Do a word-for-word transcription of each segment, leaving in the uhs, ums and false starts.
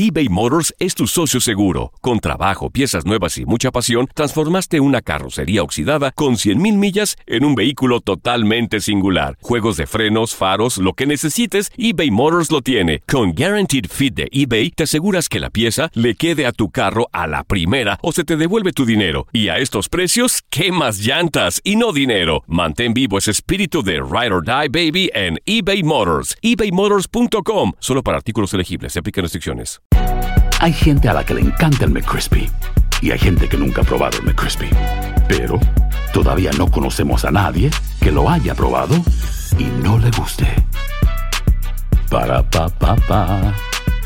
eBay Motors es tu socio seguro. Con trabajo, piezas nuevas y mucha pasión, transformaste una carrocería oxidada con cien mil millas en un vehículo totalmente singular. Juegos de frenos, faros, lo que necesites, eBay Motors lo tiene. Con Guaranteed Fit de eBay, te aseguras que la pieza le quede a tu carro a la primera o se te devuelve tu dinero. Y a estos precios, ¿qué más llantas y no dinero? Mantén vivo ese espíritu de Ride or Die, baby, en eBay Motors. ebay motors punto com. Solo para artículos elegibles. Se aplican restricciones. Hay gente a la que le encanta el McCrispy y hay gente que nunca ha probado el McCrispy. Pero todavía no conocemos a nadie que lo haya probado y no le guste. Para pa pa pa.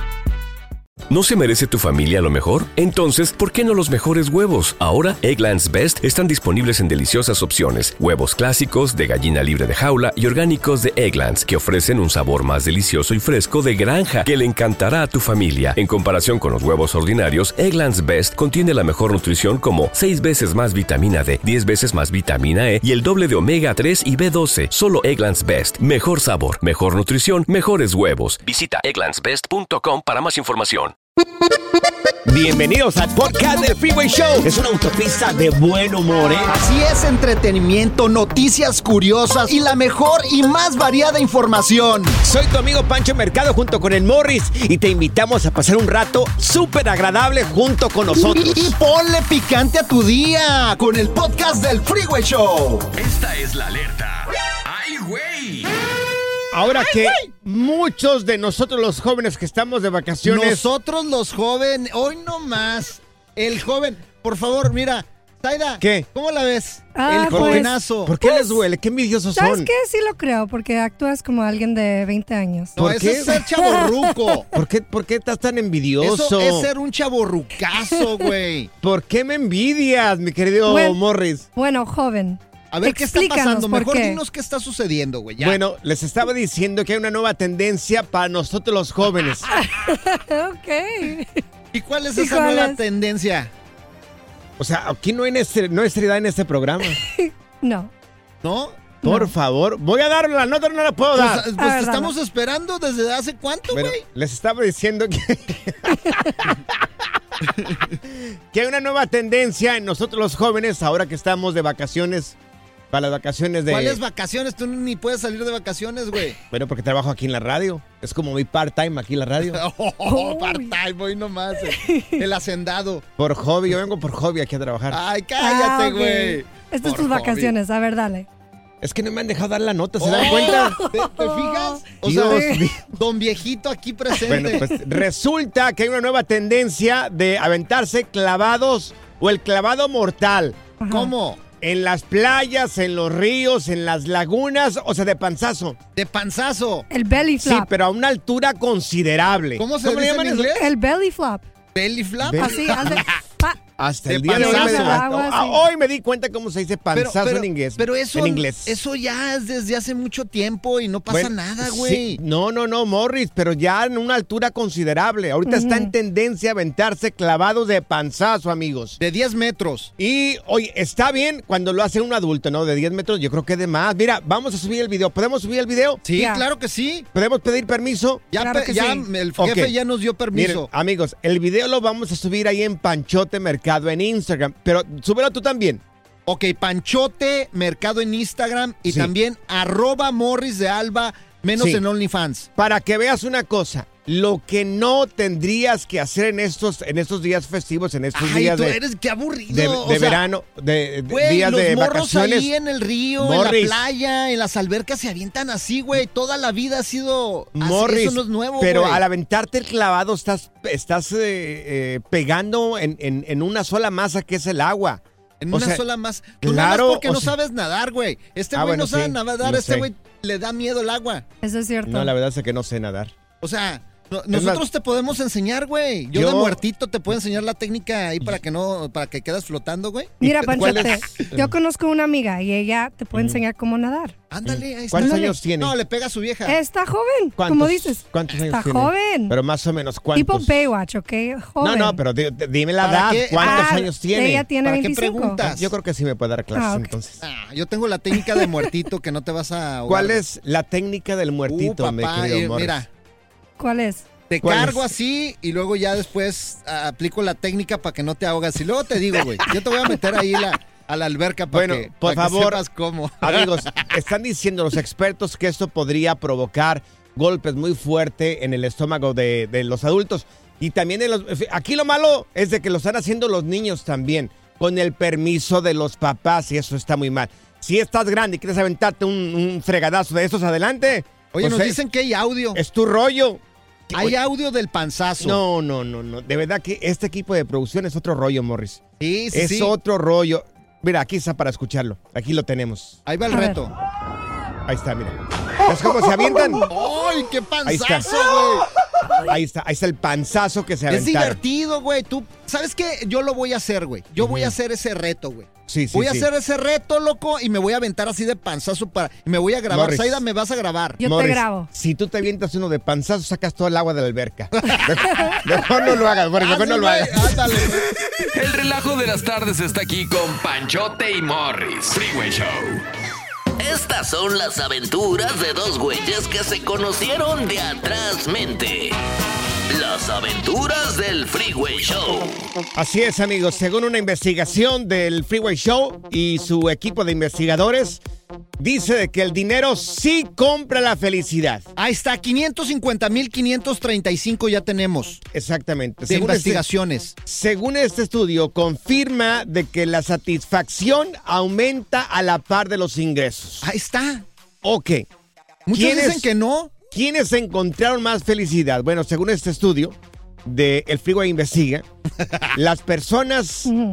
¿No se merece tu familia lo mejor? Entonces, ¿por qué no los mejores huevos? Ahora, Eggland's Best están disponibles en deliciosas opciones. Huevos clásicos, de gallina libre de jaula y orgánicos de Eggland's, que ofrecen un sabor más delicioso y fresco de granja que le encantará a tu familia. En comparación con los huevos ordinarios, Eggland's Best contiene la mejor nutrición como seis veces más vitamina D, diez veces más vitamina E y el doble de omega tres y B doce. Solo Eggland's Best. Mejor sabor, mejor nutrición, mejores huevos. Visita egglands best punto com para más información. Bienvenidos al podcast del Freeway Show. Es una autopista de buen humor, ¿eh? Así es, entretenimiento, noticias curiosas y la mejor y más variada información. Soy tu amigo Pancho Mercado junto con el Morris y te invitamos a pasar un rato súper agradable junto con nosotros. Y, y ponle picante a tu día con el podcast del Freeway Show. Esta es la alerta. ¡Ay, güey! Ahora que muchos de nosotros los jóvenes que estamos de vacaciones... Nosotros los jóvenes, hoy no más. El joven, por favor, mira, Zaida, ¿qué? ¿Cómo la ves? Ah, el pues, jovenazo. ¿Por qué Pues, les duele? ¿Qué envidiosos ¿Sabes son? qué? Sí lo creo, porque actúas como alguien de veinte años. No, ¿Por eso qué? es ser chavorruco. ¿Por qué, ¿Por qué estás tan envidioso? Eso es ser un chavorrucazo, güey. ¿Por qué me envidias, mi querido Bueno, Morris? Bueno, joven. A ver, ¿qué está Explícanos pasando? por Mejor qué. dinos qué está sucediendo, güey. Bueno, les estaba diciendo que hay una nueva tendencia para nosotros los jóvenes. Ok. ¿Y cuál es ¿Y esa cuál nueva es? tendencia? O sea, aquí no hay nuestra- nuestridad en este programa. No. ¿No? Por No. favor, voy a dar la nota, no la puedo Pues, dar. pues A ver, te estamos esperando desde hace cuánto, Bueno, güey. les estaba diciendo que... que hay una nueva tendencia en nosotros los jóvenes ahora que estamos de vacaciones. Para las vacaciones de... ¿Cuáles vacaciones? Tú ni puedes salir de vacaciones, güey. Bueno, porque trabajo aquí en la radio. Es como mi part-time aquí en la radio. Oh, part-time, voy nomás. El, el hacendado. Por hobby, yo vengo por hobby aquí a trabajar. Ay, Ah, cállate, ok. güey. Estas Por tus hobby. vacaciones. A ver, dale. Es que no me han dejado dar la nota, ¿se Oh, dan cuenta? ¿Te, te fijas? O Dios sea, mío. don viejito aquí presente. Bueno, pues resulta que hay una nueva tendencia de aventarse clavados o el clavado mortal. Ajá. ¿Cómo? En las playas, en los ríos, en las lagunas, o sea, de panzazo. De panzazo. El belly Sí, flop. pero a una altura considerable. ¿Cómo se le dice en llaman eso? inglés? El belly flop. Belly flap. Belly- Así, haz de- pa- Hasta De el día de hoy, me, panzazo. Agua, Ah, sí. hoy me di cuenta cómo se dice panzazo en inglés. Pero eso, en inglés. eso ya es desde hace mucho tiempo y no pasa Bueno, nada, sí, güey. no, no, no, Morris, pero ya en una altura considerable. Ahorita está en tendencia a aventarse clavados de panzazo, amigos. De diez metros. Y, oye, está bien cuando lo hace un adulto, ¿no? De diez metros, yo creo que de más. Mira, vamos a subir el video. ¿Podemos subir el video? Sí, Ya. claro que sí. ¿Podemos pedir permiso? Ya, Claro pe- que ya sí. el jefe Ok. ya nos dio Miren, permiso. amigos, el video lo vamos a subir ahí en Panchote Mercado en Instagram, pero súbelo tú también. Ok, Panchote, Mercado en Instagram y Sí. también arroba Morris de Alba, menos Sí. en OnlyFans. Para que veas una cosa, lo que no tendrías que hacer en estos, en estos días festivos, en estos Ay, días tú de, eres, qué aburrido. de, o de sea, verano, de, de güey, días los de morros vacaciones. ahí en el río, Morris. en la playa, en las albercas se avientan así, güey. Toda la vida ha sido así, Morris, eso no es nuevo, pero güey. al aventarte el clavado estás, estás eh, eh, pegando en, en- en una sola masa que es el agua. En O una sea, sola más. Tú claro, nada más porque o no sea- sabes nadar, güey. Este Ah, güey bueno, no sabe sí, nadar, no este sé. güey le da miedo el agua. Eso es cierto. No, la verdad es que no sé nadar. O sea, no- más- nosotros te podemos enseñar, güey. Yo, Yo- de muertito te puedo enseñar la técnica ahí para que no, para que quedas flotando, güey. Mira, ¿Cuál Panchote, es? yo conozco una amiga y ella te puede enseñar cómo nadar. Ándale, ahí está. ¿Cuántos Ándale. años tiene? No, le pega a su vieja. Está joven, ¿Cuántos? como dices. ¿Cuántos años Está tiene? joven. Pero más o menos, Tipo ¿cuántos? Baywatch, ¿ok? No, Joven. no, pero di- di- dime la ¿Para edad. qué? ¿Cuántos Ah, años tiene? Ella tiene ¿Para qué veinticinco. preguntas? Yo creo que sí me puede dar clases Ah, ok. entonces. Ah, yo tengo la técnica de muertito que no te vas a ahogar. ¿Cuál es la técnica del muertito, Uh, mi papá, querido eh, Morris? mira, ¿Cuál es? Te cargo así y luego ya después a, aplico la técnica para que no te ahogas. Y luego te digo, güey, yo te voy a meter ahí la, a la alberca para bueno, que, por pa favor, que sepas cómo. Amigos, están diciendo los expertos que esto podría provocar golpes muy fuertes en el estómago de, de los adultos. Y también en los, aquí lo malo es de que lo están haciendo los niños también, con el permiso de los papás, y eso está muy mal. Si estás grande y quieres aventarte un, un fregadazo de esos adelante... Oye, pues nos es, dicen que hay audio. Es tu rollo. Hay audio del panzazo. No, no, no, no. De verdad que este equipo de producción es otro rollo, Morris. Sí, sí, Es sí. otro rollo. Mira, aquí está para escucharlo. Aquí lo tenemos. Ahí va el A ver. reto. Ahí está, mira. ¿Ves cómo se avientan? ¡Ay, qué Ahí está. panzazo, güey! Ahí está, ahí está el panzazo que se Es aventaron. divertido, güey. Tú, ¿sabes qué? Yo lo voy a hacer, güey. Yo voy a hacer ese reto, güey. Sí, sí, voy a sí. hacer ese reto, loco, y me voy a aventar así de panzazo para... Y me voy a grabar. Morris. Zaida, me vas a grabar. Yo Morris, te grabo. Si tú te avientas uno de panzazo, sacas todo el agua de la alberca. Mejor, mejor no lo hagas, Morris, mejor Así, no lo güey, hagas. ándale. El relajo de las tardes está aquí con Panchote y Morris. Freeway Show. Estas son las aventuras de dos güeyes que se conocieron de atrás mente. Las aventuras del Freeway Show. Así es, amigos. Según una investigación del Freeway Show y su equipo de investigadores, dice de que el dinero sí compra la felicidad. Ahí está, quinientos cincuenta mil quinientos treinta y cinco ya tenemos Exactamente. de Según este, investigaciones. según este estudio, confirma de que la satisfacción aumenta a la par de los ingresos. Ahí está. Ok. Muchos ¿Quiénes- dicen que no. ¿Quiénes encontraron más felicidad? Bueno, según este estudio de El Freeway Investiga, las personas Ujú.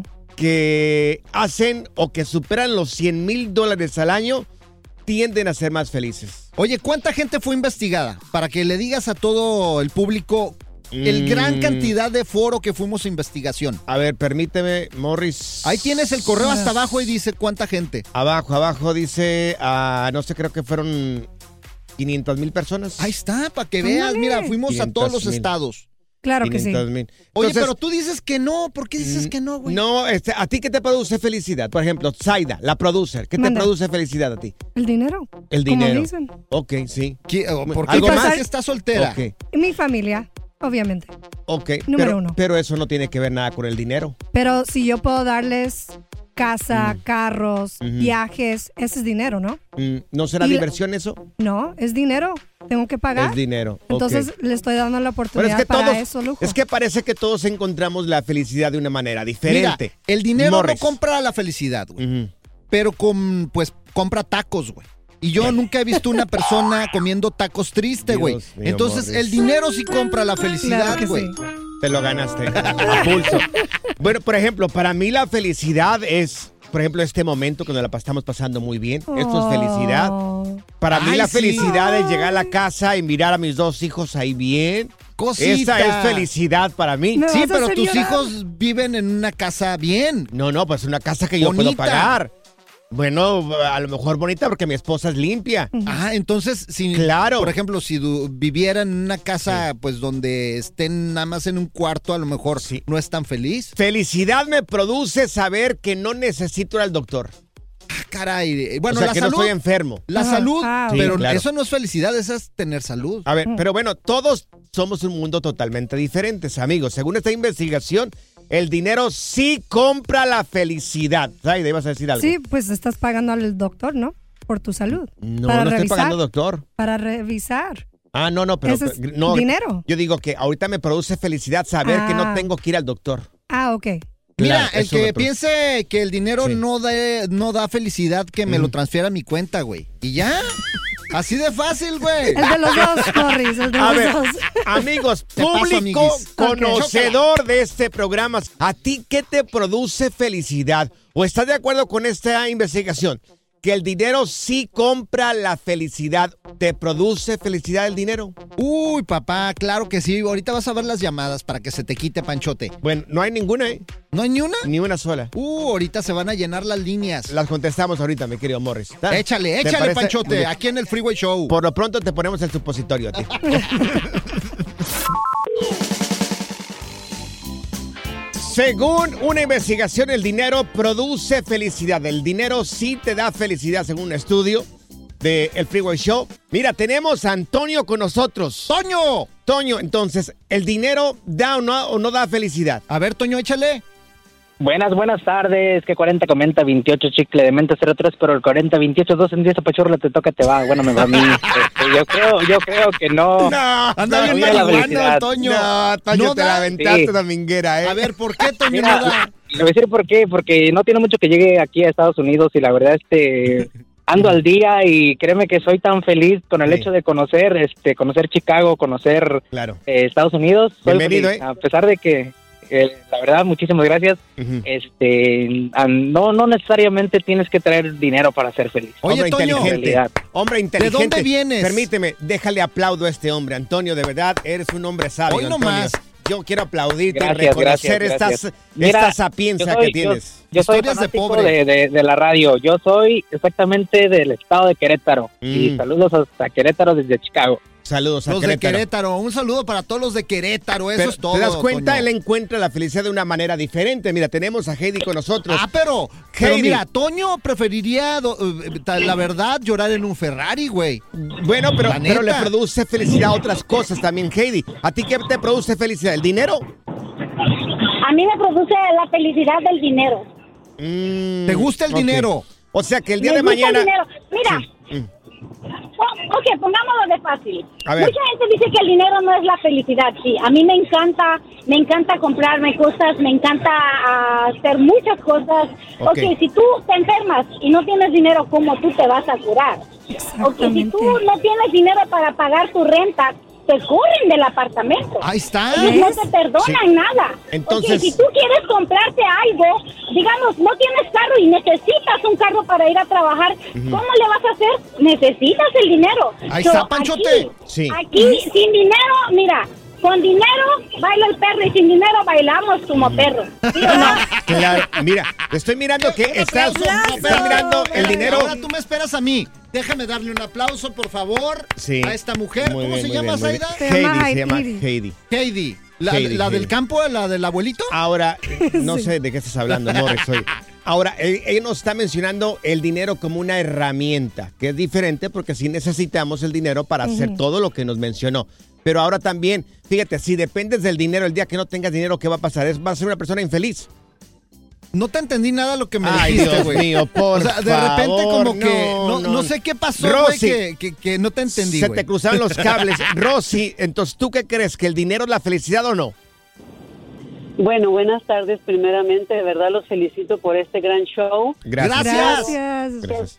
que hacen o que superan los cien mil dólares al año tienden a ser más felices. Oye, ¿cuánta gente fue investigada? Para que le digas a todo el público el Mm. gran cantidad de foro que fuimos a investigación. A ver, permíteme, Morris. Ahí tienes el correo hasta abajo y dice cuánta gente. Abajo, abajo dice, ah, no sé, creo que fueron quinientas mil personas. Ahí está, para que veas. Ándale. Mira, fuimos a todos los quinientos mil. estados. Claro que sí. quinientos mil. Oye, Entonces, pero tú dices que no. ¿Por qué dices que no, güey? No, este, ¿a ti qué te produce felicidad? Por ejemplo, Zaida, la producer, ¿qué te Manda. produce felicidad a ti? El dinero. El Como dinero. dicen. Ok, sí. ¿Qué- oh, ¿Por qué ¿Algo crees más? que está soltera? Ok, Mi familia, obviamente. ok. Número pero, uno. pero eso no tiene que ver nada con el dinero. Pero si yo puedo darles casa, Mm. carros, Ujú. viajes, ese es dinero, ¿no? Mm, ¿No será Y- diversión eso? No, es dinero. Tengo que pagar. Es dinero. ok. Entonces le estoy dando la Pero oportunidad es que para todos, eso, lujo. es que parece que todos encontramos la felicidad de una manera diferente. Mira, el dinero Morris. no compra la felicidad, güey. Ujú. Pero con, pues, compra tacos, güey. Y yo nunca he visto una persona comiendo tacos triste, Dios güey. mío, Entonces, Morris. el dinero sí compra la Claro felicidad, que güey. sí. Te lo ganaste. A pulso. Bueno, por ejemplo, para mí la felicidad es, por ejemplo, este momento que nos la estamos pasando muy bien. Esto es felicidad. Oh. Para mí Ay, la sí. felicidad es llegar a la casa y mirar a mis dos hijos ahí bien. Cosita. Esa es felicidad para mí. Me Sí, vas a pero hacer tus llorar. hijos viven en una casa bien. No, no, pues una casa que yo puedo Bonita. pagar. Bueno, a lo mejor bonita porque mi esposa es limpia. Ah, entonces, si, Claro. por ejemplo, si du- vivieran en una casa, pues, donde estén nada más en un cuarto, a lo mejor Sí. no es tan feliz. Felicidad me produce saber que no necesito ir al doctor. Ah, caray. Bueno, o sea, la que salud, no estoy enfermo. la Ajá. salud, Ah, Sí, pero claro. eso no es felicidad, eso es tener salud. A ver, pero bueno, todos somos un mundo totalmente diferente, amigos. Según esta investigación, el dinero sí compra la felicidad. Ay, ibas a decir algo. Sí, pues estás pagando al doctor, ¿no? Por tu salud. No, para no estoy revisar, pagando doctor. Para revisar. Ah, no, no, pero Eso es no, dinero. Yo digo que ahorita me produce felicidad saber que no Ah. tengo que ir al doctor. Ah, ok. Mira, Claro, el eso me que produce- piense que el dinero Sí. no, da, no da felicidad, que me Mm. lo transfiera a mi cuenta, güey. Y ya. Así de fácil, güey. El de los dos, Morris, el de A los ver, dos. amigos, Te paso, público amiguis. conocedor de este programa, ¿a ti qué te produce felicidad? ¿O estás de acuerdo con esta investigación? Que el dinero sí compra la felicidad. ¿Te produce felicidad el dinero? Uy, papá, claro que sí. Ahorita vas a ver las llamadas para que se te quite, Panchote. Bueno, no hay ninguna, ¿eh? ¿No hay ni una? Ni una sola. Uh, ahorita se van a llenar las líneas. Las contestamos ahorita, mi querido Morris. ¿Está? Échale, ¿Te échale, parece? Panchote, aquí en el Freeway Show. Por lo pronto te ponemos el supositorio a ti. Según una investigación, el dinero produce felicidad. El dinero sí te da felicidad, según un estudio. de El Freeway Show. Mira, tenemos a Antonio con nosotros. ¡Toño! Toño, entonces, ¿el dinero da o no, o no da felicidad? A ver, Toño, échale. Buenas, buenas tardes. Que cuarenta comenta veintiocho chicle de mente cero tres, pero el cuarenta veintiocho dos en diez pachorla te toca, te va. Bueno, me va a mí. Este, yo creo, yo creo que no. No, Anda bien no, la marihuano, felicidad. Toño. No, Toño, No te da. la aventaste Sí. dominguera, ¿eh? A ver, ¿por qué, Toño, Mira, no da? le voy a decir por qué. Porque no tiene mucho que llegue aquí a Estados Unidos y la verdad, este, ando al día y créeme que soy tan feliz con el Sí. hecho de conocer, este, conocer Chicago, conocer Claro. eh, Estados Unidos. Soy Bienvenido, feliz, ¿eh? A pesar de que, eh, la verdad, muchísimas gracias. Ujú. Este, ah, no, no necesariamente tienes que traer dinero para ser feliz. Oye, hombre Toño. inteligente. Realidad. Hombre inteligente. dónde vienes? Permíteme, déjale aplaudo a este hombre, Antonio, de verdad, eres un hombre sabio, Hoy no Antonio. más. Yo quiero aplaudirte Gracias, y reconocer gracias, estas, gracias. Mira, esta sapiencia yo soy- que tienes. Yo, yo soy Historias de fanático pobre. de, de, de la radio. Yo soy exactamente del estado de Querétaro. Mm. Y saludos hasta Querétaro desde Chicago. Saludos a Los de Querétaro. Querétaro. Un saludo para todos los de Querétaro. Eso Pero, es todo. ¿te das cuenta? Toño. Él encuentra la felicidad de una manera diferente. Mira, tenemos a Heidi con nosotros. Ah, pero, pero Heidi. mira, Toño preferiría, do- eh, ta- la verdad, llorar en un Ferrari, güey. Bueno, pero, La pero le neta. produce felicidad a otras cosas también, Heidi. ¿A ti qué te produce felicidad? ¿El dinero? A mí me produce la felicidad del dinero. Mm, ¿Te gusta el ok. dinero? O sea que el día Me de gusta mañana... el dinero. Mira, Sí. Mm. oh, ok, pongámoslo de fácil. A ver. Mucha gente dice que el dinero no es la felicidad. Sí, a mí me encanta, me encanta comprarme cosas, me encanta ah, hacer muchas cosas. Ok. Ok, si tú te enfermas y no tienes dinero, ¿cómo tú te vas a curar? Ok, si Exactamente. tú no tienes dinero para pagar tu renta, te corren del apartamento. Ahí está. Ellos no te perdonan Sí. nada. Entonces- Ok, si tú quieres comprarte algo, digamos, no tienes carro y necesitas un carro para ir a trabajar, ¿cómo le vas a hacer? Necesitas el dinero. Ahí So, está, Panchote. Aquí, Sí. aquí, sin dinero, mira, con dinero baila el perro y sin dinero bailamos como perro. ¿Sí o no? Claro, mira, estoy mirando que estás, aplauso, estás mirando el Espérate, dinero. Ahora tú me esperas a mí. Déjame darle un aplauso, por favor, Sí. a esta mujer. Muy ¿Cómo bien, se muy llama, bien, muy bien. Zaida? Se Heidi, llama se llama Heidi. Heidi. Heidi. ¿La, Heidi, la Heidi. del campo, la del abuelito? Ahora, no sé de qué estás hablando, Morris, hoy. Ahora, él, él nos está mencionando el dinero como una herramienta, que es diferente porque sí necesitamos el dinero para hacer Ujú. todo lo que nos mencionó. Pero ahora también, fíjate, si dependes del dinero, el día que no tengas dinero, ¿qué va a pasar? Es, vas a ser una persona infeliz. No te entendí nada lo que me Ay, dijiste, Dios güey. mío, por O sea, de repente favor, como que no, no, no. no sé qué pasó, güey, Rosy, que, que, que no te entendí, Se güey. te cruzaron los cables. Rosy, entonces, ¿tú qué crees? ¿Que el dinero es la felicidad o no? Bueno, buenas tardes primeramente, de verdad los felicito por este gran show, Gracias. Gracias. Gracias.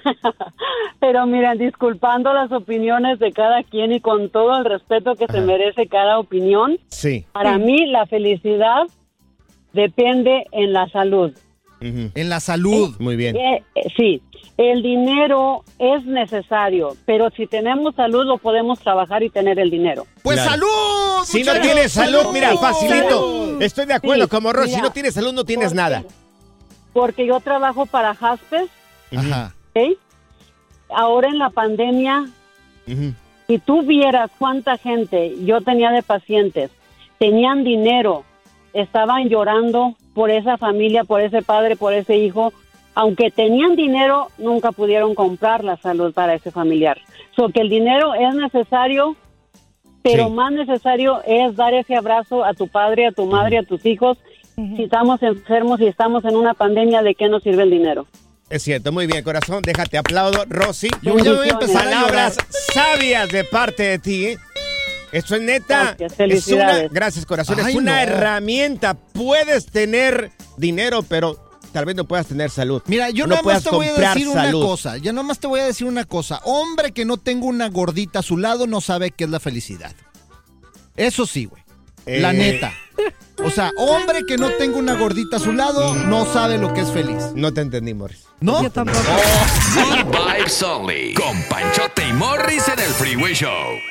pero miren, disculpando las opiniones de cada quien y con todo el respeto que se Ajá. merece cada opinión, Sí. para mí la felicidad depende en la salud. Ujú. En la salud. Muy bien. Eh, eh, sí, el dinero es necesario, pero si tenemos salud lo podemos trabajar y tener el dinero. Pues Claro. salud. Si no muchachos, tienes salud, mira, facilito. Salud. Estoy de acuerdo Sí, como Rosy. Si mira, no tienes salud, no tienes porque- nada. Porque yo trabajo para Jaspes, Ajá. ¿ok? Ahora en la pandemia, Ujú. si tú vieras cuánta gente yo tenía de pacientes, tenían dinero, estaban llorando por esa familia, por ese padre, por ese hijo, aunque tenían dinero, nunca pudieron comprar la salud para ese familiar. So que el dinero es necesario, pero Sí. más necesario es dar ese abrazo a tu padre, a tu madre, a tus hijos. Si estamos enfermos y estamos en una pandemia, ¿de qué nos sirve el dinero? Es cierto, muy bien, corazón. Déjate aplaudo, Rosy. Yo ya voy a empezar a Palabras llorar. sabias de parte de ti, ¿eh? Esto es neta. Gracias, Es una, felicidades. gracias, corazón. Ay, es una no. herramienta. Puedes tener dinero, pero tal vez no puedas tener salud. Mira, yo no nada más puedas te voy a comprar decir salud. una cosa. Ya nada más te voy a decir una cosa. Hombre que no tenga una gordita a su lado no sabe qué es la felicidad. Eso sí, güey. La Eh. neta. O sea, hombre que no tenga una gordita a su lado no sabe lo que es feliz. No te entendí, Morris. ¿No? Yo tampoco. Good Vibes Only. Con Panchote y Morris en el Freeway Show.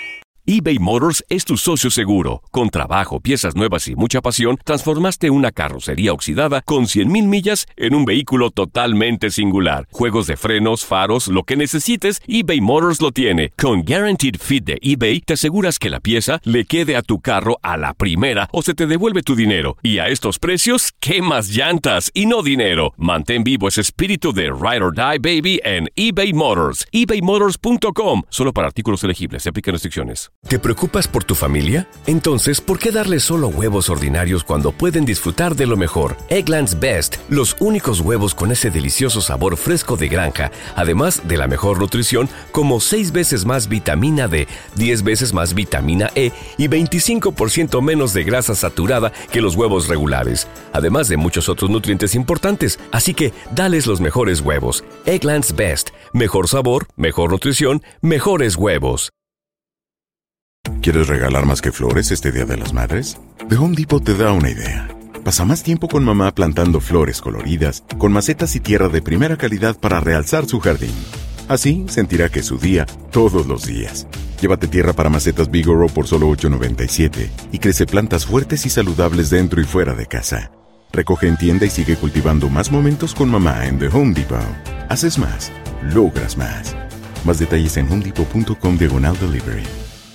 eBay Motors es tu socio seguro. Con trabajo, piezas nuevas y mucha pasión, transformaste una carrocería oxidada con cien mil millas en un vehículo totalmente singular. Juegos de frenos, faros, lo que necesites, eBay Motors lo tiene. Con Guaranteed Fit de eBay, te aseguras que la pieza le quede a tu carro a la primera o se te devuelve tu dinero. Y a estos precios, ¿qué más llantas y no dinero? Mantén vivo ese espíritu de Ride or Die, baby, en eBay Motors. ebay motors punto com. Solo para artículos elegibles. Se aplican restricciones. ¿Te preocupas por tu familia? Entonces, ¿por qué darles solo huevos ordinarios cuando pueden disfrutar de lo mejor? Eggland's Best, los únicos huevos con ese delicioso sabor fresco de granja, además de la mejor nutrición, como seis veces más vitamina D, diez veces más vitamina E y veinticinco por ciento menos de grasa saturada que los huevos regulares, además de muchos otros nutrientes importantes. Así que, dales los mejores huevos. Eggland's Best, mejor sabor, mejor nutrición, mejores huevos. ¿Quieres regalar más que flores este Día de las Madres? The Home Depot te da una idea. Pasa más tiempo con mamá plantando flores coloridas, con macetas y tierra de primera calidad para realzar su jardín. Así sentirá que es su día todos los días. Llévate tierra para macetas Bigoro por solo ocho noventa y siete y crece plantas fuertes y saludables dentro y fuera de casa. Recoge en tienda y sigue cultivando más momentos con mamá en The Home Depot. Haces más, logras más. Más detalles en homedepot.com diagonal delivery.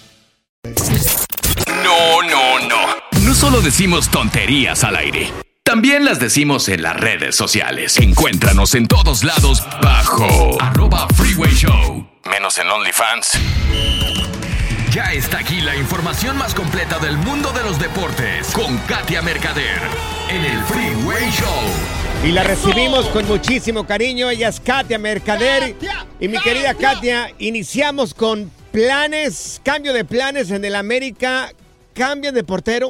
No, no, no. No solo decimos tonterías al aire. También las decimos en las redes sociales. Encuéntranos en todos lados bajo arroba Freeway Show. Menos en OnlyFans. Ya está aquí la información más completa del mundo de los deportes con Katia Mercader en el Freeway Show. Y la recibimos con muchísimo cariño. Ella es Katia Mercader. Y mi querida Katia, iniciamos con planes, cambio de planes en el América. ¿Cambian de portero?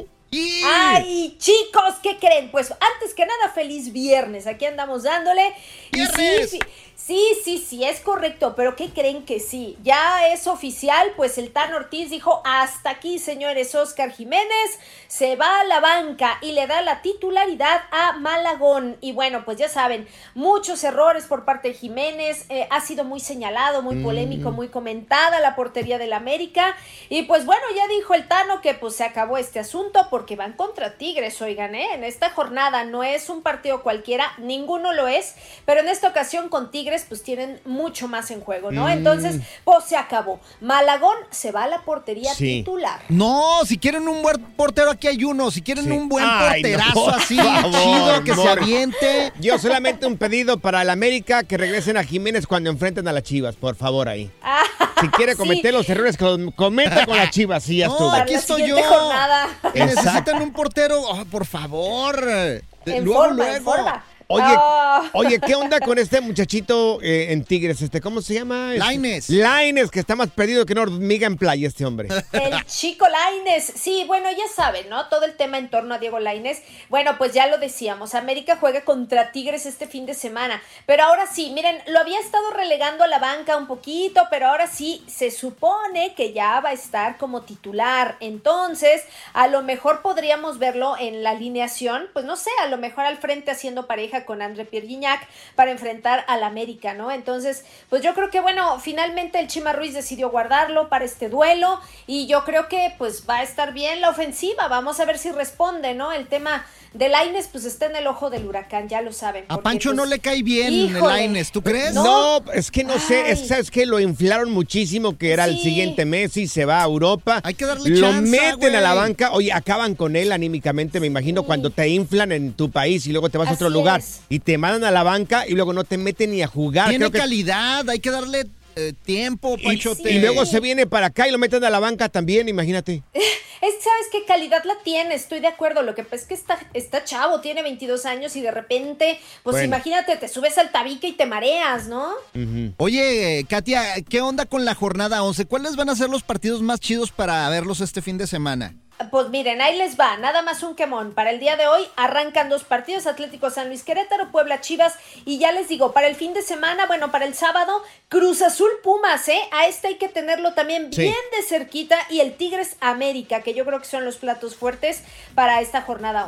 Ay, chicos, ¿qué creen? Pues antes que nada, feliz viernes. Aquí andamos dándole. ¡Viernes! Y sí, sí, sí, sí, es correcto. Pero ¿qué creen que sí? Ya es oficial, pues el Tan Ortiz dijo, hasta aquí, señores. Oscar Jiménez se va a la banca y le da la titularidad a Malagón. Y bueno, pues ya saben, muchos errores por parte de Jiménez. Eh, ha sido muy señalado, muy polémico, mm. muy comentada la portería del América. Y pues bueno, ya dijo el Tano que pues se acabó este asunto porque van contra Tigres, oigan, ¿eh? En esta jornada no es un partido cualquiera, ninguno lo es, pero en esta ocasión con Tigres pues tienen mucho más en juego, ¿no? Mm. Entonces, pues se acabó. Malagón se va a la portería sí. titular. No, si quieren un buen portero, aquí hay uno. Si quieren sí. un buen Ay, porterazo no, así, favor, chido, que amor. se aviente. Yo solamente un pedido para el América, que regresen a Jiménez cuando enfrenten a las Chivas, por favor, ahí. Ah, si quiere cometer sí. los errores, cometa con las Chivas, sí, ya no, estuvo. aquí estoy yo. Jornada. Necesitan un portero, oh, por favor. En luego, forma, luego. en forma. Oye, oh. oye, ¿qué onda con este muchachito eh, en Tigres? Este, ¿cómo se llama? Lainez. Lainez, que está más perdido que una hormiga en playa este hombre. El chico Lainez. Sí, bueno, ya saben, ¿no? Todo el tema en torno a Diego Lainez. Bueno, pues ya lo decíamos, América juega contra Tigres este fin de semana. Pero ahora sí, miren, lo había estado relegando a la banca un poquito, pero ahora sí se supone que ya va a estar como titular. Entonces, a lo mejor podríamos verlo en la alineación, pues no sé, a lo mejor al frente haciendo pareja con André Pierre Gignac para enfrentar al América, ¿no? Entonces, pues yo creo que, bueno, finalmente el Chima Ruiz decidió guardarlo para este duelo y yo creo que, pues, va a estar bien la ofensiva. Vamos a ver si responde, ¿no? El tema de Lainez, pues, está en el ojo del huracán, ya lo saben. A porque, Pancho pues, no le cae bien híjole, el Lainez, ¿tú crees? No, no es que no Ay. sé, es, ¿sabes qué? Lo inflaron muchísimo, que era sí. el siguiente Messi, se va a Europa. Hay que darle Lo chance, meten wey. a la banca, oye, acaban con él anímicamente, me imagino, sí. cuando te inflan en tu país y luego te vas Así a otro lugar es. y te mandan a la banca y luego no te meten ni a jugar. Tiene Creo que... calidad, hay que darle eh, tiempo, Panchote. Y, y luego se viene para acá y lo meten a la banca también, imagínate. Es, ¿sabes qué calidad la tiene? Estoy de acuerdo, lo que pasa es que está, está chavo, tiene veintidós años y de repente, pues bueno. imagínate, te subes al tabique y te mareas, ¿no? Uh-huh. Oye, Katia, ¿qué onda con la jornada once? ¿Cuáles van a ser los partidos más chidos para verlos este fin de semana? Pues miren, ahí les va, nada más un quemón. Para el día de hoy arrancan dos partidos, Atlético San Luis Querétaro, Puebla Chivas, y ya les digo, para el fin de semana, bueno, para el sábado, Cruz Azul Pumas, ¿eh? A este hay que tenerlo también sí. bien de cerquita, y el Tigres América, que yo creo que son los platos fuertes para esta jornada once.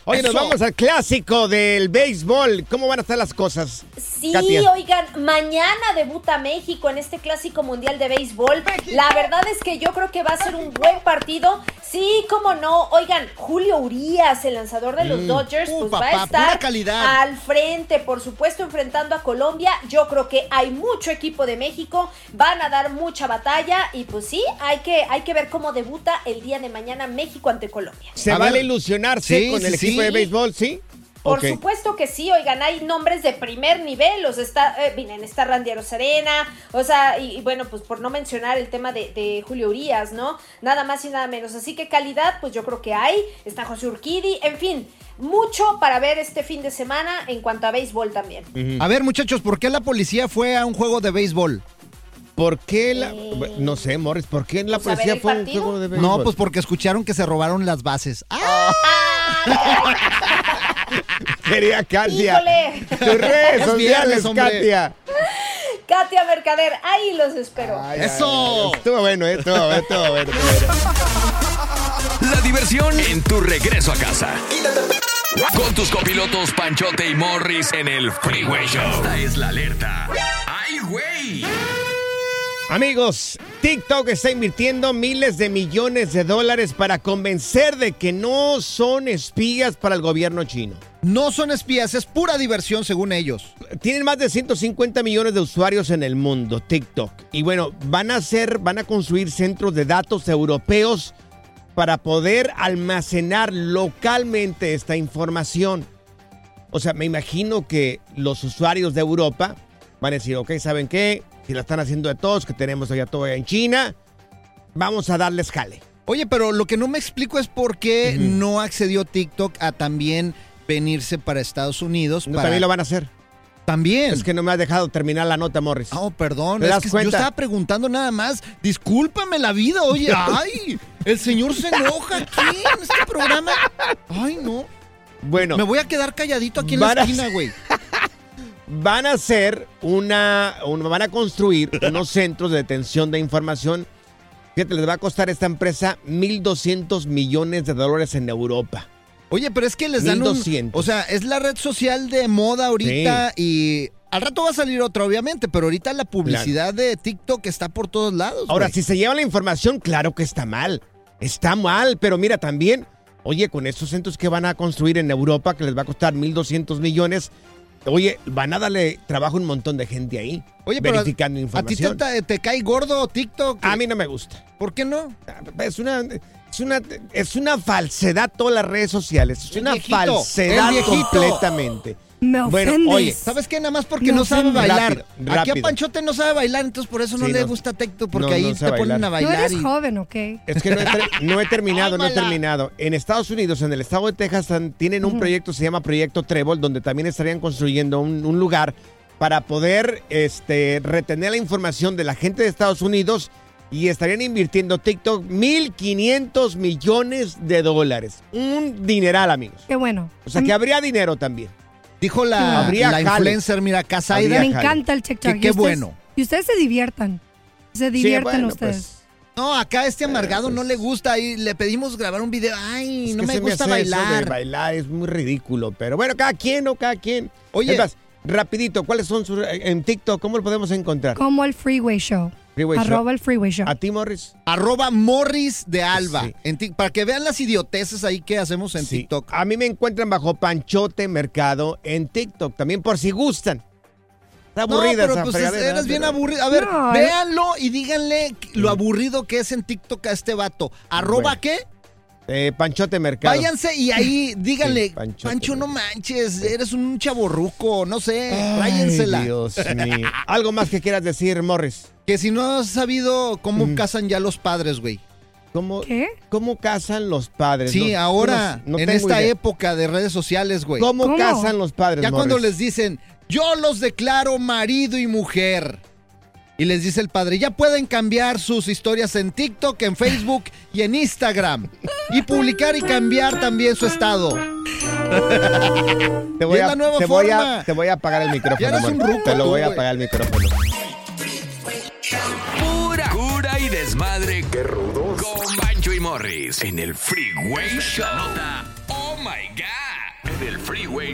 Oye, nos Eso. vamos al clásico del béisbol. ¿Cómo van a estar las cosas? Sí, Katia? oigan, mañana debuta México en este clásico mundial de béisbol. La verdad es que yo creo que va a ser un buen partido. Sí, cómo no. Oigan, Julio Urías, el lanzador de los Mm. Dodgers, Uh, pues papá, va a pura estar calidad. al frente, por supuesto, enfrentando a Colombia. Yo creo que hay mucho equipo de México, van a dar mucha batalla y pues sí, hay que, hay que ver cómo debuta el día de mañana México ante Colombia. ¿Se A vale ver. ilusionarse Sí, con el sí, equipo sí. de béisbol? ¿Sí? Por Ok. supuesto que sí, oigan, hay nombres de primer nivel, o sea, está, eh, miren, está Randy Arozarena, o sea, y, y bueno, pues por no mencionar el tema de, de Julio Urías, ¿no? Nada más y nada menos, así que calidad, pues yo creo que hay, está José Urquidi, en fin, mucho para ver este fin de semana en cuanto a béisbol también. A ver, muchachos, ¿por qué la policía fue a un juego de béisbol? ¿Por qué la...? Eh. No sé, Morris, ¿por qué la Pues, a ver, policía ¿el fue a un partido? juego de béisbol? No, pues porque escucharon que se robaron las bases. ¡Ah! Quería Katia. ¡Híjole! Tus redes Es sociales, viernes, hombre. Katia. Katia Mercader, ahí los espero. Ay, ay, ¡Eso! ay, Estuvo bueno, eh, estuvo bueno, estuvo bueno. estuvo bueno. La diversión en tu regreso a casa. Con tus copilotos Panchote y Morris en el Freeway Show. Esta es la alerta. ¡Ay, güey! Amigos, TikTok está invirtiendo miles de millones de dólares para convencer de que no son espías para el gobierno chino. No son espías, es pura diversión según ellos. Tienen más de ciento cincuenta millones de usuarios en el mundo, TikTok. Y bueno, van a hacer, van a construir centros de datos europeos para poder almacenar localmente esta información. O sea, me imagino que los usuarios de Europa van a decir, ok, ¿saben qué? Si la están haciendo de todos, que tenemos allá todo en China, vamos a darles jale. Oye, pero lo que no me explico es por qué Ujú. no accedió TikTok a también venirse para Estados Unidos. No, para... también lo van a hacer. También. Es que no me has dejado terminar la nota, Morris. Oh, perdón, ¿Te es das que yo cuenta? estaba preguntando nada más. Discúlpame la vida, oye, ay, el señor se enoja aquí en este programa. Ay, no. Bueno, Me voy a quedar calladito aquí en la Van a- esquina, güey. van a hacer una, un- van a construir unos centros de detención de información. Fíjate, les va a costar a esta empresa mil doscientos millones de dólares en Europa. Oye, pero es que les dan mil un... doscientos. O sea, es la red social de moda ahorita y... Al rato va a salir otra, obviamente, pero ahorita la publicidad de TikTok está por todos lados. Ahora, güey. si se lleva la información, claro que está mal. Está mal, pero mira, también, oye, con estos centros que van a construir en Europa, que les va a costar mil doscientos millones, oye, van a darle trabajo a un montón de gente ahí, Oye, pero verificando ¿a ti información. te, te- te cae gordo TikTok? A mí no me gusta. ¿Por qué no? Es una, es una, es una falsedad todas las redes sociales. Es El una viejito, falsedad el viejito. completamente. Me Bueno, ofendes. oye, ¿Sabes qué? Nada más porque Me no sabe ofende. bailar. Rápido, Aquí a rápido. Panchote no sabe bailar, entonces por eso no Sí, le no. gusta TikTok, porque No, ahí no te sabe ponen a bailar. Tú bailar. eres y- joven, ¿ok? Es que no he, ter- no he terminado, no he Tómala. terminado. En Estados Unidos, en el estado de Texas, tan- tienen un proyecto, se llama Proyecto Trébol, donde también estarían construyendo un, un lugar para poder este, retener la información de la gente de Estados Unidos y estarían invirtiendo TikTok mil quinientos millones de dólares. Un dineral, amigos. Qué bueno. O sea que habría dinero también. Dijo la, Habría la jale. influencer, mira, Casaida. Me Habría jale. encanta el TikTok. Qué- Y qué ustedes- bueno. Y ustedes se diviertan. Se divierten bueno, ustedes. pues, No, acá este amargado pues. no le gusta y le pedimos grabar un video. Ay, es no que me se gusta hace eso de bailar. bailar es muy ridículo, pero bueno, cada quien o cada quien. Oye. Es más, rapidito, ¿cuáles son sus en TikTok? ¿Cómo lo podemos encontrar? Como el Freeway Show. Freeway Show. Arroba el Freeway Show. ¿A ti, Morris? Arroba Morris de Alba. Sí. En tic- para que vean las idioteces ahí que hacemos en Sí. TikTok. A mí me encuentran bajo Panchote Mercado en TikTok, también por si gustan. Está No, aburrida pero esa pues es- fregadera, eres bien pero- aburrido. A ver, No, eh. véanlo y díganle lo aburrido que es en TikTok a este vato. ¿Arroba Bueno. qué? Eh, Panchote Mercado. Váyanse y ahí díganle, Sí, Panchote. Pancho, no manches, eres un chavorruco, no sé, Ay, ráyensela. Dios mío. ¿Algo más que quieras decir, Morris? Que si no has sabido cómo Ujú. casan ya los padres, güey. ¿Cómo, ¿Qué? ¿Cómo casan los padres? Sí, No- ahora, no- no en tengo esta idea. época de redes sociales, güey. ¿Cómo, ¿Cómo? casan los padres, Ya cuando Morris? les dicen, yo los declaro marido y mujer. Y les dice el padre, ya pueden cambiar sus historias en TikTok, en Facebook y en Instagram. Y publicar y cambiar también su estado. Te voy, es a, la nueva te, voy forma. a, te voy a apagar el micrófono. Ya eres Morris. un ruco Te lo tú, voy a güey. apagar el micrófono. Pura cura y desmadre. ¡Qué rudos! Con Bancho y Morris en el Freeway Show. Nota, oh my God.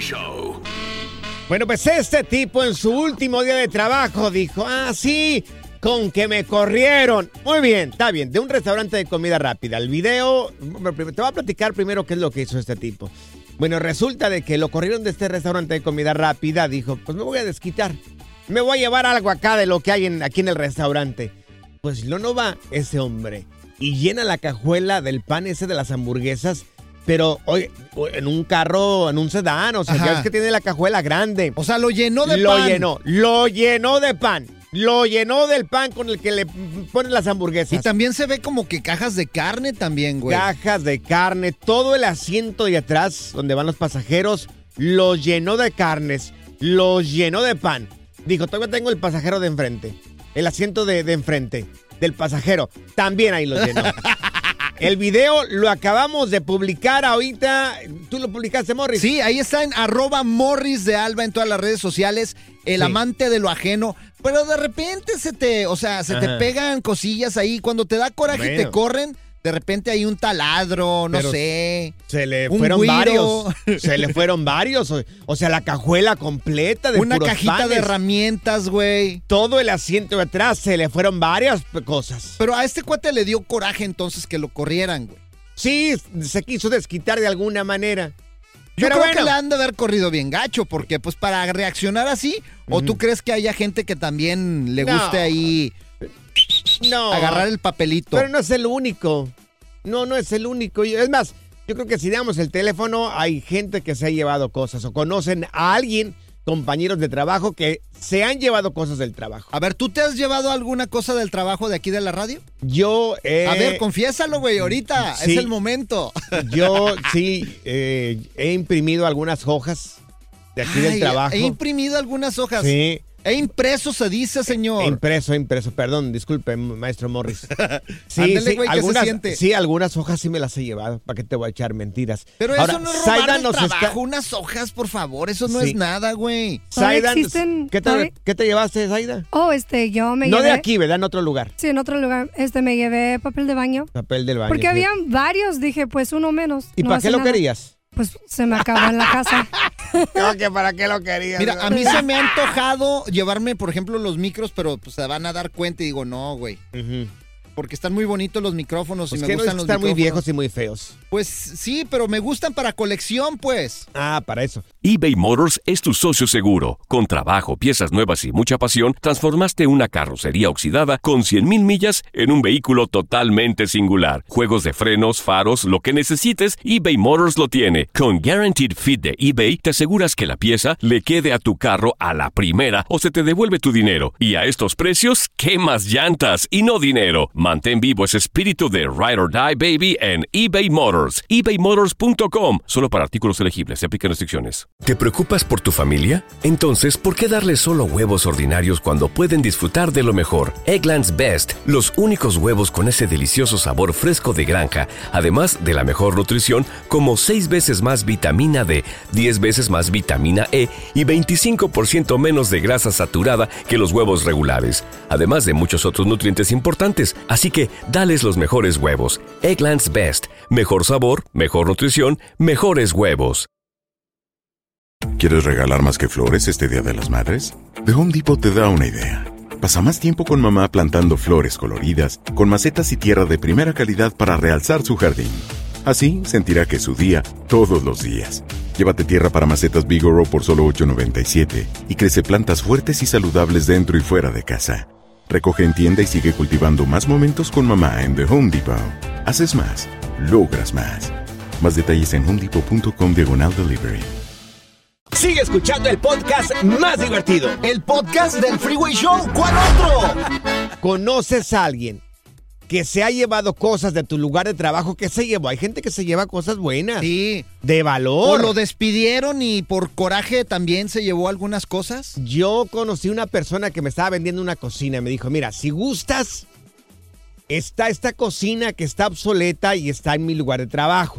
Show. Bueno, pues este tipo en su último día de trabajo dijo, ah, sí, con que me corrieron. Muy bien, está bien, de un restaurante de comida rápida. El video, te voy a platicar primero qué es lo que hizo este tipo. Bueno, resulta de que lo corrieron de este restaurante de comida rápida. Dijo, pues me voy a desquitar. Me voy a llevar algo acá de lo que hay en, aquí en el restaurante. Pues lo no va ese hombre y llena la cajuela del pan ese de las hamburguesas. Pero, oye, en un carro, en un sedán, o sea, Ajá. ya ves que tiene la cajuela grande. O sea, lo llenó de lo pan. Lo llenó, lo llenó de pan. Lo llenó del pan con el que le ponen las hamburguesas. Y también se ve como que cajas de carne también, güey. Cajas de carne, todo el asiento de atrás, donde van los pasajeros, lo llenó de carnes, lo llenó de pan. Dijo, todavía tengo el pasajero de enfrente, el asiento de, de enfrente, del pasajero, también ahí lo llenó. El video lo acabamos de publicar ahorita. ¿Tú lo publicaste, Morris? Sí, ahí está en arroba Morris de Alba en todas las redes sociales. El Sí. amante de lo ajeno. Pero de repente se te, o sea, se te Ajá. pegan cosillas ahí. Cuando te da coraje y te Bueno. corren, de repente hay un taladro, no Pero sé. Se le un fueron güiro. varios. Se le fueron varios. O, o sea, la cajuela completa de Una puros cajita panes. de herramientas, güey. Todo el asiento de atrás se le fueron varias p- cosas. Pero a este cuate le dio coraje entonces que lo corrieran, güey. Sí, se quiso desquitar de alguna manera. Yo Pero creo bueno. que le han de haber corrido bien gacho, porque pues para reaccionar así, ¿o tú crees que haya gente que también le No. guste ahí No. agarrar el papelito? Pero no es el único. No, no es el único. Y es más, yo creo que si damos el teléfono, hay gente que se ha llevado cosas o conocen a alguien, compañeros de trabajo, que se han llevado cosas del trabajo. A ver, ¿tú te has llevado alguna cosa del trabajo de aquí de la radio? Yo, eh, A ver, confiésalo, güey, ahorita. sí. Es el momento. yo sí eh, he imprimido algunas hojas de aquí del Ay, trabajo. He imprimido algunas hojas. Sí. He impreso, se dice, señor. He impreso, he impreso. Perdón, disculpe, maestro Morris. Sí, Ándale, sí, güey, ¿qué se algunas, siente? sí, algunas hojas sí me las he llevado. ¿Para qué te voy a echar mentiras? Pero Ahora, eso no es Zaida robar del nos trabajo. está- Unas hojas, por favor. Eso no Sí. es nada, güey. ¿Todavía Zaida, existen? ¿qué te, ¿Todavía? ¿qué te llevaste, Zaida? Oh, este, yo me No llevé... de aquí, ¿verdad? En otro lugar. Sí, en otro lugar. Este, me llevé papel de baño. Papel del baño. Porque sí. habían varios, dije, pues uno menos. ¿Y no para hace qué lo nada. querías? Pues se me acaba en la casa. No, que para qué lo querías. Mira, a mí se me ha antojado llevarme, por ejemplo, los micros, pero pues se van a dar cuenta y digo, no, güey. Ujú. Porque están muy bonitos los micrófonos Pues y me que no gustan los están muy micrófonos. viejos y muy feos. Pues sí, pero me gustan para colección, pues. Ah, para eso. eBay Motors es tu socio seguro. Con trabajo, piezas nuevas y mucha pasión, transformaste una carrocería oxidada con cien mil millas en un vehículo totalmente singular. Juegos de frenos, faros, lo que necesites, eBay Motors lo tiene. Con Guaranteed Fit de eBay, te aseguras que la pieza le quede a tu carro a la primera o se te devuelve tu dinero. Y a estos precios, ¿qué más llantas y no dinero? Mantén vivo ese espíritu de Ride or Die, baby, en eBay Motors. ebay motors punto com. Solo para artículos elegibles. Se aplican restricciones. ¿Te preocupas por tu familia? Entonces, ¿por qué darles solo huevos ordinarios cuando pueden disfrutar de lo mejor? Eggland's Best, los únicos huevos con ese delicioso sabor fresco de granja, además de la mejor nutrición, como seis veces más vitamina D, diez veces más vitamina E y veinticinco por ciento menos de grasa saturada que los huevos regulares, además de muchos otros nutrientes importantes. Así que, dales los mejores huevos. Eggland's Best, mejor sabor, mejor nutrición, mejores huevos. ¿Quieres regalar más que flores este Día de las Madres? The Home Depot te da una idea. Pasa más tiempo con mamá plantando flores coloridas, con macetas y tierra de primera calidad para realzar su jardín. Así sentirá que es su día todos los días. Llévate tierra para macetas Bigoro por solo ocho noventa y siete y crece plantas fuertes y saludables dentro y fuera de casa. Recoge en tienda y sigue cultivando más momentos con mamá en The Home Depot. Haces más, logras más. Más detalles en homedepot.com diagonal delivery. Sigue escuchando el podcast más divertido. El podcast del Freeway Show. ¿Cuál otro? ¿Conoces a alguien que se ha llevado cosas de tu lugar de trabajo? ¿Qué se llevó? Hay gente que se lleva cosas buenas. Sí. De ¿O valor. lo despidieron y por coraje también se llevó algunas cosas? Yo conocí una persona que me estaba vendiendo una cocina y me dijo, mira, si gustas, está esta cocina que está obsoleta y está en mi lugar de trabajo.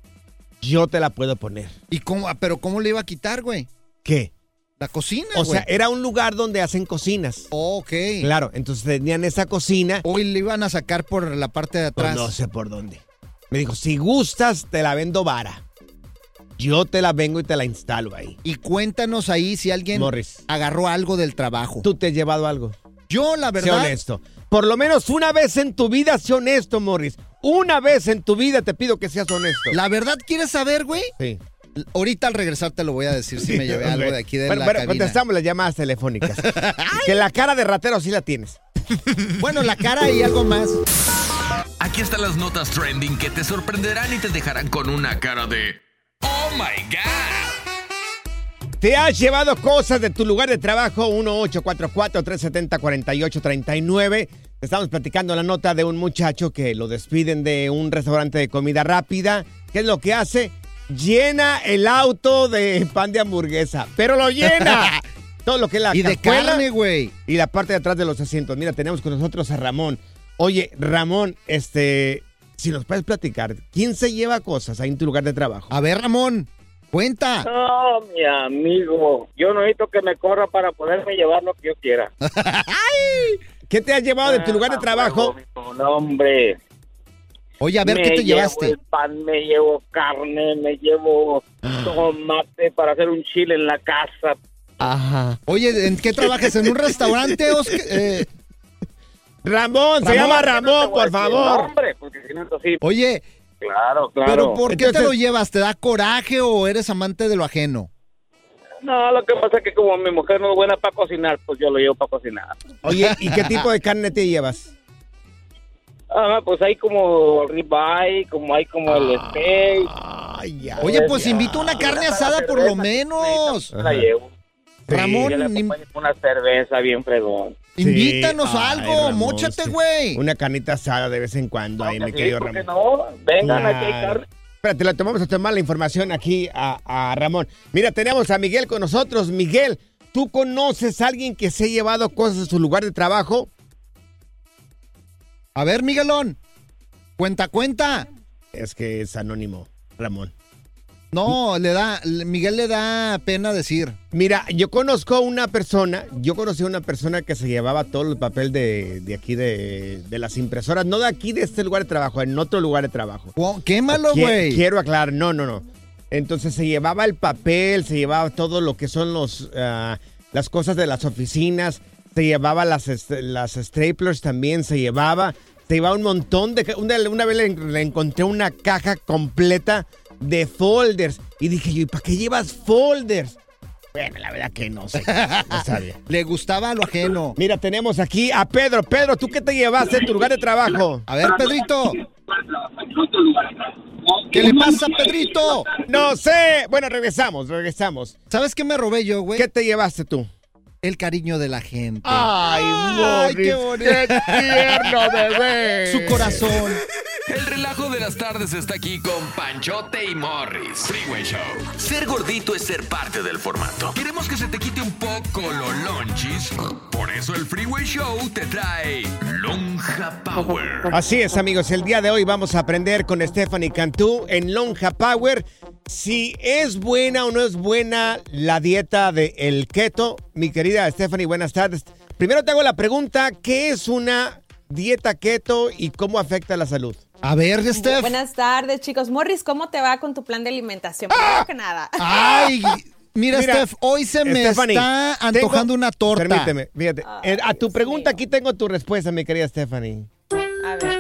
Yo te la puedo poner. ¿Y cómo? ¿Pero cómo le iba a quitar, güey? ¿Qué? La cocina, O güey. sea, era un lugar donde hacen cocinas. Oh, ok. Claro, entonces tenían esa cocina. Hoy le iban a sacar por la parte de Pues atrás. no sé por dónde. Me dijo, si gustas, te la vendo vara. yo te la vengo y te la instalo ahí. Y cuéntanos ahí si alguien Morris, agarró algo del trabajo. ¿tú te has llevado algo? Yo, la verdad... Sé honesto. Por lo menos una vez en tu vida, sé honesto, Morris. Una vez en tu vida te pido que seas honesto. ¿La verdad quieres saber, güey? Sí. Ahorita al regresar te lo voy a decir si me llevé algo de aquí de bueno, la bueno, cabina. contestamos las llamadas telefónicas. Que la cara de ratero sí la tienes. Bueno, la cara y algo más. Aquí están las notas trending que te sorprenderán y te dejarán con una cara de ¡Oh, my God! ¿Te has llevado cosas de tu lugar de trabajo? uno ocho cuatro cuatro, tres siete cero, cuatro ocho tres nueve. Estamos platicando la nota de un muchacho que lo despiden de un restaurante de comida rápida. ¿Qué es lo que hace? Llena el auto de pan de hamburguesa, pero lo llena. Todo lo que es la y de cajuela carne, güey. Y la parte de atrás de los asientos. Mira, tenemos con nosotros a Ramón. Oye, Ramón, este, si nos puedes platicar, ¿quién se lleva cosas ahí en tu lugar de trabajo? A ver, Ramón, cuenta. No, mi amigo, yo no necesito que me corra para poderme llevar lo que yo quiera. ¿Qué te has llevado de tu lugar de trabajo? No, hombre. Oye, a ver, me ¿qué te llevaste? Llevo el pan, me llevo carne, me llevo tomate para hacer un chile en la casa. Ajá. Oye, ¿en qué trabajas? ¿En un restaurante, Oscar? Eh... Ramón, se Ramón, llama Ramón, por favor. Hombre, porque si no, sí. Oye. Claro, claro. ¿Pero por qué Entonces, te lo llevas? ¿Te da coraje o eres amante de lo ajeno? No, lo que pasa es que como mi mujer no es buena para cocinar, pues yo lo llevo para cocinar. Oye, ¿y qué tipo de carne te llevas? Ah, pues hay como ribeye, como hay como el steak. Ay, ya. Oye, pues invita una carne asada por lo menos. La llevo. Ramón, yo le acompaño con una cerveza bien fregón. Invítanos Sí. a Ay, algo, Ramón, móchate, sí. güey. Una carnita asada de vez en cuando ahí, mi Sí, querido ¿por qué Ramón. no? Vengan, Claro. aquí hay carne. Espérate, le tomamos a tomar la información aquí a, a Ramón. Mira, tenemos a Miguel con nosotros. Miguel, ¿tú conoces a alguien que se ha llevado cosas de su lugar de trabajo? A ver, Miguelón, cuenta, cuenta. Es que es anónimo, Ramón. No, le da, Miguel le da pena decir. Mira, yo conozco a una persona, yo conocí a una persona que se llevaba todo el papel de, de aquí de, de las impresoras, no de aquí de este lugar de trabajo, en otro lugar de trabajo. Wow, quémalo, Qui- güey. Quiero aclarar, no, no, no. Entonces se llevaba el papel, se llevaba todo lo que son los ah, las cosas de las oficinas, se llevaba las, est- las staplers también, se llevaba, se llevaba un montón de... ca- Una, una vez le, le encontré una caja completa de folders y dije yo, ¿y para qué llevas folders? Bueno, la verdad que no sé. No sabía. Le gustaba lo ajeno. Mira, tenemos aquí a Pedro. Pedro, ¿tú qué te llevaste en tu lugar de trabajo? A ver, Pedrito. ¿Qué le pasa, Pedrito? No sé. Bueno, regresamos, regresamos. ¿Sabes qué me robé yo, güey? ¿Qué te llevaste tú? El cariño de la gente. Ay, Morris, qué bonito. qué tierno, bebé. Su corazón. El relajo de las tardes está aquí con Panchote y Morris. Freeway Show. Ser gordito es ser parte del formato. Queremos que se te quite un poco los lonchis. Por eso el Freeway Show te trae Lonja Power. Así es, amigos. El día de hoy vamos a aprender con Stephanie Cantú en Lonja Power si es buena o no es buena la dieta del keto. Mi querida Stephanie, buenas tardes. Primero te hago la pregunta, ¿qué es una dieta keto y cómo afecta la salud? A ver, Steph. Buenas tardes, chicos. Morris, ¿cómo te va con tu plan de alimentación? Primero que nada. Ay, mira, Mira, Steph, hoy se me Stephanie, está antojando tengo- una torta. Permíteme, fíjate. Ay, Eh, a tu Dios pregunta mío. aquí tengo tu respuesta, mi querida Stephanie. A ver.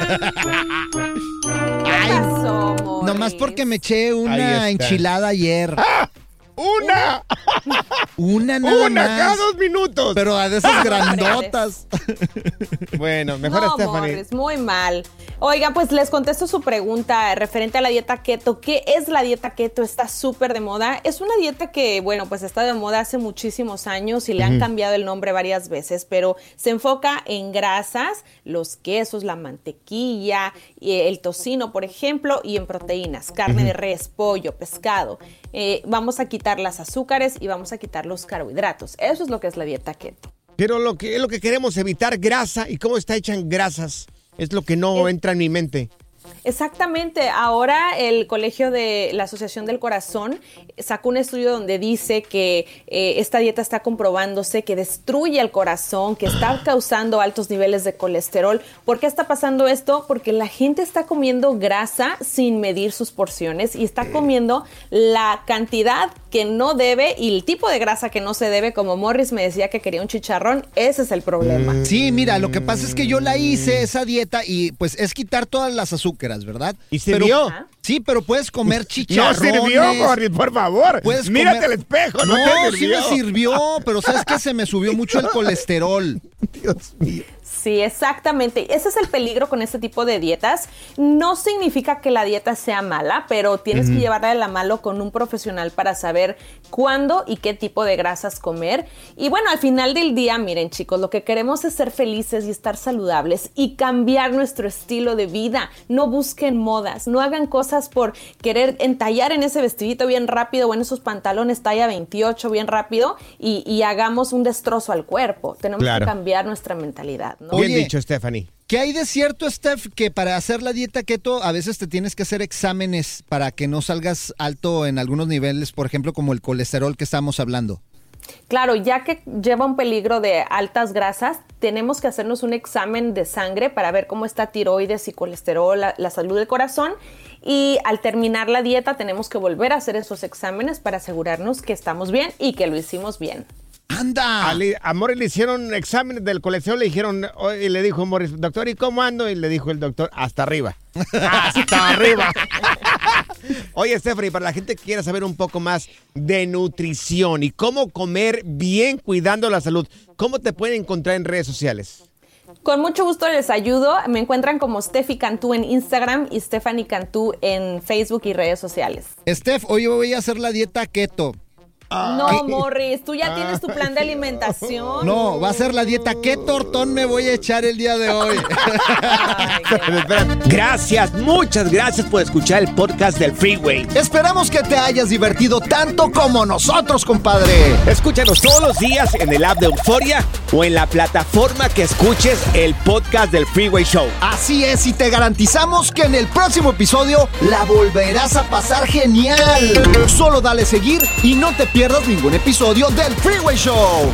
¿Qué Ay, pasó, Morris? Nomás porque me eché Ahí una está. enchilada ayer. ¡Ah! ¡Una! Una nada ¡Una cada más. dos minutos! Pero de esas grandotas. Bueno, mejor no, Stephanie. Morris, muy mal. Oigan, pues les contesto su pregunta referente a la dieta keto. ¿Qué es la dieta keto? Está súper de moda. Es una dieta que, bueno, pues está de moda hace muchísimos años y le han cambiado el nombre varias veces, pero se enfoca en grasas, los quesos, la mantequilla, y el tocino, por ejemplo, y en proteínas, carne de res, pollo, pescado. Eh, vamos a quitar las azúcares y vamos a quitar los carbohidratos. Eso es lo que es la dieta keto. Pero lo que es lo que queremos evitar, grasa y cómo está hecha en grasas, es lo que no Es- entra en mi mente. Exactamente. Ahora el Colegio de la Asociación del Corazón sacó un estudio donde dice que eh, esta dieta está comprobándose que destruye el corazón, que está causando altos niveles de colesterol. ¿Por qué está pasando esto? Porque la gente está comiendo grasa sin medir sus porciones y está comiendo la cantidad que no debe y el tipo de grasa que no se debe. Como Morris me decía que quería un chicharrón, ese es el problema. Sí, mira, lo que pasa es que yo la hice, esa dieta, y pues es quitar todas las azúcares, ¿verdad? ¿Y sirvió? Pero, sí, pero puedes comer chicharrones. No sirvió, Morris, por favor. Puedes Mírate comer... al espejo, no, no te sí sirvió. me sirvió, pero ¿sabes qué? Se me subió mucho el colesterol. Dios mío. Sí, exactamente. Ese es el peligro con este tipo de dietas. No significa que la dieta sea mala, pero tienes uh-huh. que llevarla de la mano con un profesional para saber cuándo y qué tipo de grasas comer. Y bueno, al final del día, miren chicos, lo que queremos es ser felices y estar saludables y cambiar nuestro estilo de vida. No busquen modas, no hagan cosas por querer entallar en ese vestidito bien rápido o en esos pantalones talla veintiocho bien rápido y, y hagamos un destrozo al cuerpo. Tenemos claro. que cambiar nuestra mentalidad, ¿no? Bien Oye, dicho, Stephanie. ¿Qué hay de cierto, Steph, que para hacer la dieta keto a veces te tienes que hacer exámenes para que no salgas alto en algunos niveles, por ejemplo, como el colesterol que estamos hablando? Claro, ya que lleva un peligro de altas grasas, tenemos que hacernos un examen de sangre para ver cómo está tiroides y colesterol, la, la salud del corazón. Y al terminar la dieta tenemos que volver a hacer esos exámenes para asegurarnos que estamos bien y que lo hicimos bien. ¡Anda! A, a Morris le hicieron exámenes del colesterol, le dijeron, y le dijo Morris, doctor, ¿y cómo ando? Y le dijo el doctor, hasta arriba. ¡Hasta arriba! Oye, Stephanie, para la gente que quiera saber un poco más de nutrición y cómo comer bien cuidando la salud, ¿cómo te pueden encontrar en redes sociales? Con mucho gusto les ayudo. Me encuentran como Steffi Cantú en Instagram y Stephanie Cantú en Facebook y redes sociales. Steph, hoy voy a hacer la dieta keto. No, Morris, tú ya tienes tu plan de alimentación. No, va a ser la dieta. ¿Qué tortón me voy a echar el día de hoy? Ay, gracias, muchas gracias por escuchar el podcast del Freeway. Esperamos que te hayas divertido tanto como nosotros, compadre. Escúchanos todos los días en el app de Euforia o en la plataforma que escuches el podcast del Freeway Show. Así es, y te garantizamos que en el próximo episodio la volverás a pasar genial. Solo dale seguir y no te pierdas ningún episodio del Freeway Show.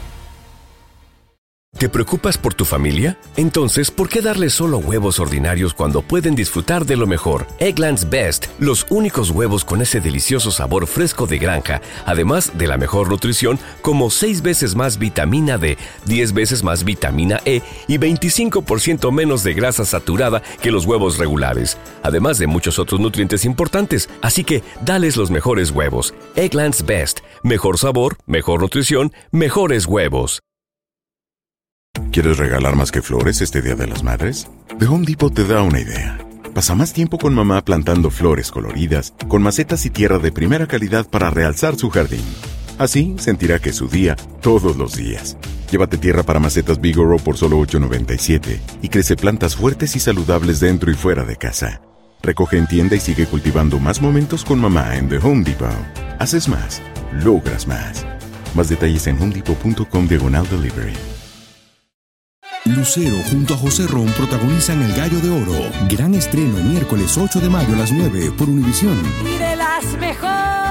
¿Te preocupas por tu familia? Entonces, ¿por qué darles solo huevos ordinarios cuando pueden disfrutar de lo mejor? Eggland's Best, los únicos huevos con ese delicioso sabor fresco de granja, además de la mejor nutrición, como seis veces más vitamina D, diez veces más vitamina E y veinticinco por ciento menos de grasa saturada que los huevos regulares, además de muchos otros nutrientes importantes. Así que, dales los mejores huevos. Eggland's Best, mejor sabor, mejor nutrición, mejores huevos. ¿Quieres regalar más que flores este Día de las Madres? The Home Depot te da una idea. Pasa más tiempo con mamá plantando flores coloridas, con macetas y tierra de primera calidad para realzar su jardín. Así sentirá que es su día todos los días. Llévate tierra para macetas Vigoro por solo ocho noventa y siete y crece plantas fuertes y saludables dentro y fuera de casa. Recoge en tienda y sigue cultivando más momentos con mamá en The Home Depot. Haces más, logras más. Más detalles en homedepot.com diagonal delivery. Lucero junto a José Ron protagonizan El Gallo de Oro. Gran estreno miércoles ocho de mayo a las nueve por Univisión. Y de las mejores.